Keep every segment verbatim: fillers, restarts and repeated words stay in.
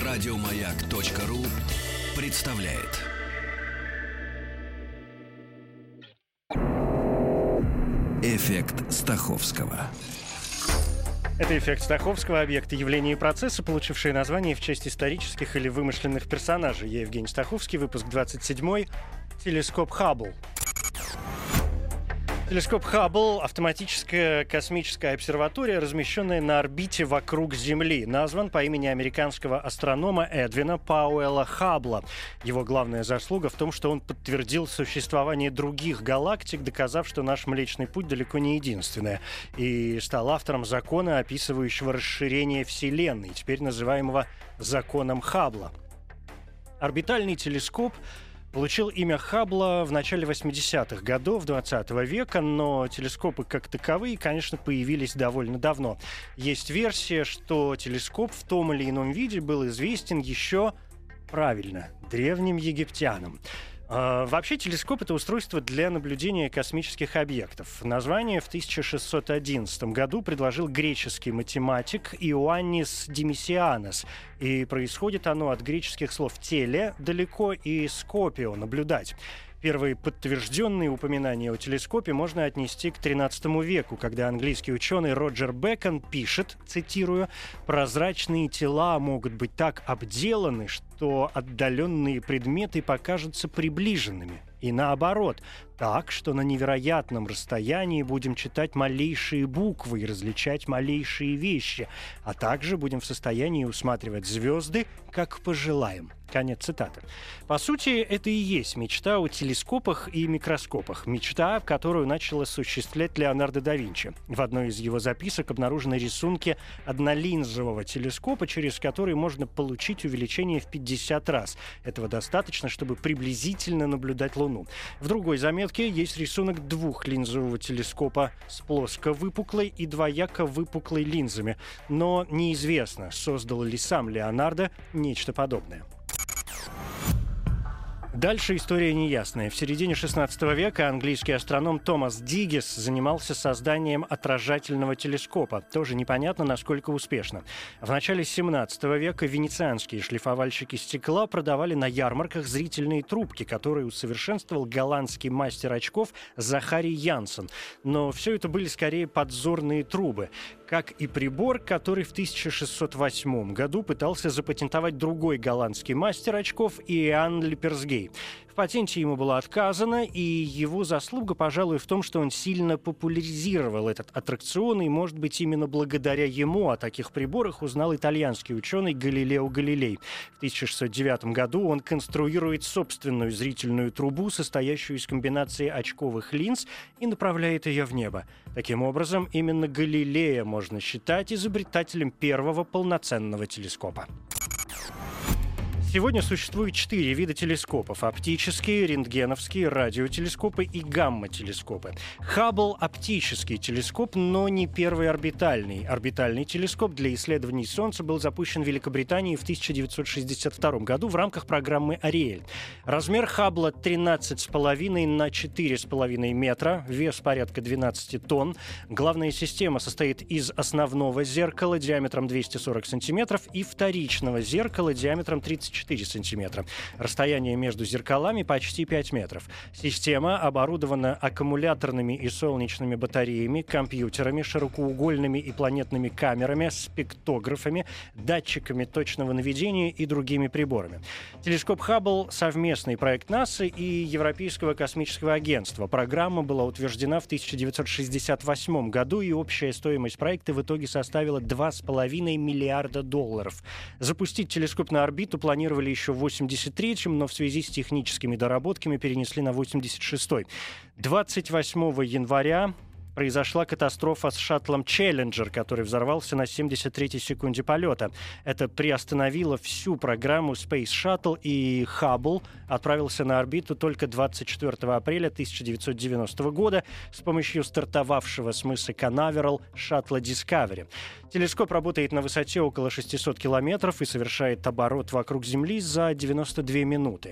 Радиомаяк.ру представляет. Эффект Стаховского. Это эффект Стаховского, объекты явления и процесса, получившие название в честь исторических или вымышленных персонажей. Я Евгений Стаховский, выпуск двадцать седьмой. Телескоп Хаббл. Телескоп Хаббл – автоматическая космическая обсерватория, размещенная на орбите вокруг Земли. Назван по имени американского астронома Эдвина Пауэлла Хаббла. Его главная заслуга в том, что он подтвердил существование других галактик, доказав, что наш Млечный Путь далеко не единственное, и стал автором закона, описывающего расширение Вселенной, теперь называемого законом Хаббла. Орбитальный телескоп получил имя Хаббла в начале восьмидесятых годов двадцатого века, но телескопы как таковые, конечно, появились довольно давно. Есть версия, что телескоп в том или ином виде был известен еще, правильно, древним египтянам. Uh, вообще, телескоп — это устройство для наблюдения космических объектов. Название в тысяча шестьсот одиннадцатом году предложил греческий математик Иоаннис Димисианос, и происходит оно от греческих слов «теле» — далеко и «скопио» — наблюдать. Первые подтвержденные упоминания о телескопе можно отнести к тринадцатому веку, когда английский ученый Роджер Бэкон пишет, цитирую, «прозрачные тела могут быть так обделаны, что отдаленные предметы покажутся приближенными. И наоборот, так, что на невероятном расстоянии будем читать малейшие буквы и различать малейшие вещи, а также будем в состоянии усматривать звезды, как пожелаем». Конец цитаты. По сути, это и есть мечта о телескопах и микроскопах. Мечта, которую начал осуществлять Леонардо да Винчи. В одной из его записок обнаружены рисунки однолинзового телескопа, через который можно получить увеличение в пятьдесят раз. Этого достаточно, чтобы приблизительно наблюдать Луну. В другой заметке есть рисунок двухлинзового телескопа с плоско-выпуклой и двояко-выпуклой линзами. Но неизвестно, создал ли сам Леонардо нечто подобное. Дальше история неясная. В середине шестнадцатого века английский астроном Томас Диггис занимался созданием отражательного телескопа. Тоже непонятно, насколько успешно. В начале семнадцатого века венецианские шлифовальщики стекла продавали на ярмарках зрительные трубки, которые усовершенствовал голландский мастер очков Захарий Янсен. Но все это были скорее подзорные трубы, как и прибор, который в тысяча шестьсот восьмом году пытался запатентовать другой голландский мастер очков Иоанн Липерсгей. В патенте ему было отказано, и его заслуга, пожалуй, в том, что он сильно популяризировал этот аттракцион, и, может быть, именно благодаря ему о таких приборах узнал итальянский ученый Галилео Галилей. В тысяча шестьсот девятом году он конструирует собственную зрительную трубу, состоящую из комбинации очковых линз, и направляет ее в небо. Таким образом, именно Галилея можно считать изобретателем первого полноценного телескопа. Сегодня существует четыре вида телескопов: оптические, рентгеновские, радиотелескопы и гамма-телескопы. Хаббл — оптический телескоп, но не первый орбитальный. Орбитальный телескоп для исследований Солнца был запущен в Великобритании в тысяча девятьсот шестьдесят втором году в рамках программы «Ариэль». Размер Хаббла тринадцать с половиной на четыре с половиной метра, вес порядка двенадцать тонн. Главная система состоит из основного зеркала диаметром двести сорок сантиметров и вторичного зеркала диаметром тридцать четыре сантиметра. Расстояние между зеркалами почти пять метров. Система оборудована аккумуляторными и солнечными батареями, компьютерами, широкоугольными и планетными камерами, спектографами, датчиками точного наведения и другими приборами. Телескоп Хаббл — совместный проект НАСА и Европейского космического агентства. Программа была утверждена в тысяча девятьсот шестьдесят восьмом году, и общая стоимость проекта в итоге составила два с половиной миллиарда долларов. Запустить телескоп на орбиту планировали еще в восемьдесят третьем, но в связи с техническими доработками перенесли на восемьдесят шестой. двадцать восьмого января произошла катастрофа с шаттлом «Челленджер», который взорвался на семьдесят третьей секунде полета. Это приостановило всю программу Space Shuttle, и Хаббл отправился на орбиту только двадцать четвёртого апреля тысяча девятьсот девяностого года с помощью стартовавшего с мыса Канаверал шаттла Discovery. Телескоп работает на высоте около шестисот километров и совершает оборот вокруг Земли за девяносто две минуты.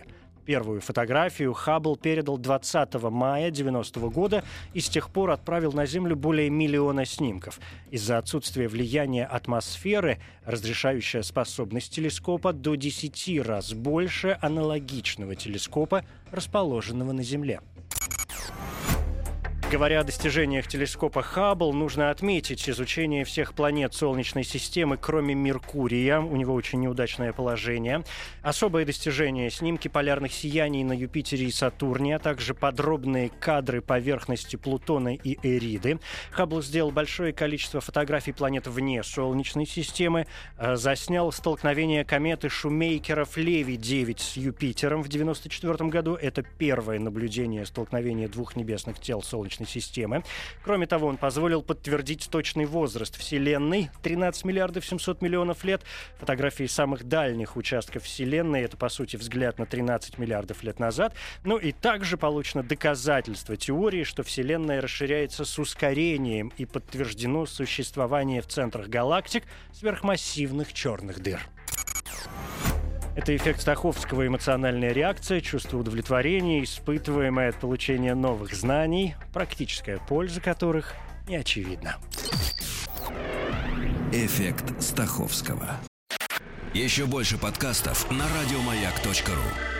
Первую фотографию Хаббл передал двадцатого мая девяностого года и с тех пор отправил на Землю более миллиона снимков. Из-за отсутствия влияния атмосферы разрешающая способность телескопа до десяти раз больше аналогичного телескопа, расположенного на Земле. Говоря о достижениях телескопа Хаббл, нужно отметить изучение всех планет Солнечной системы, кроме Меркурия. У него очень неудачное положение. Особое достижение — снимки полярных сияний на Юпитере и Сатурне, а также подробные кадры поверхности Плутона и Эриды. Хаббл сделал большое количество фотографий планет вне Солнечной системы. Заснял столкновение кометы Шумейкера-Леви девять с Юпитером в девяносто четвёртом году. Это первое наблюдение столкновения двух небесных тел Солнечной системы. Кроме того, он позволил подтвердить точный возраст Вселенной — тринадцать миллиардов семьсот миллионов лет. Фотографии самых дальних участков Вселенной — это, по сути, взгляд на тринадцать миллиардов лет назад. Ну и также получено доказательство теории, что Вселенная расширяется с ускорением, и подтверждено существование в центрах галактик сверхмассивных черных дыр. Это эффект Стаховского, эмоциональная реакция, чувство удовлетворения, испытываемое от получения новых знаний, практическая польза которых не очевидна. Эффект Стаховского. Еще больше подкастов на радиомаяк точка ру.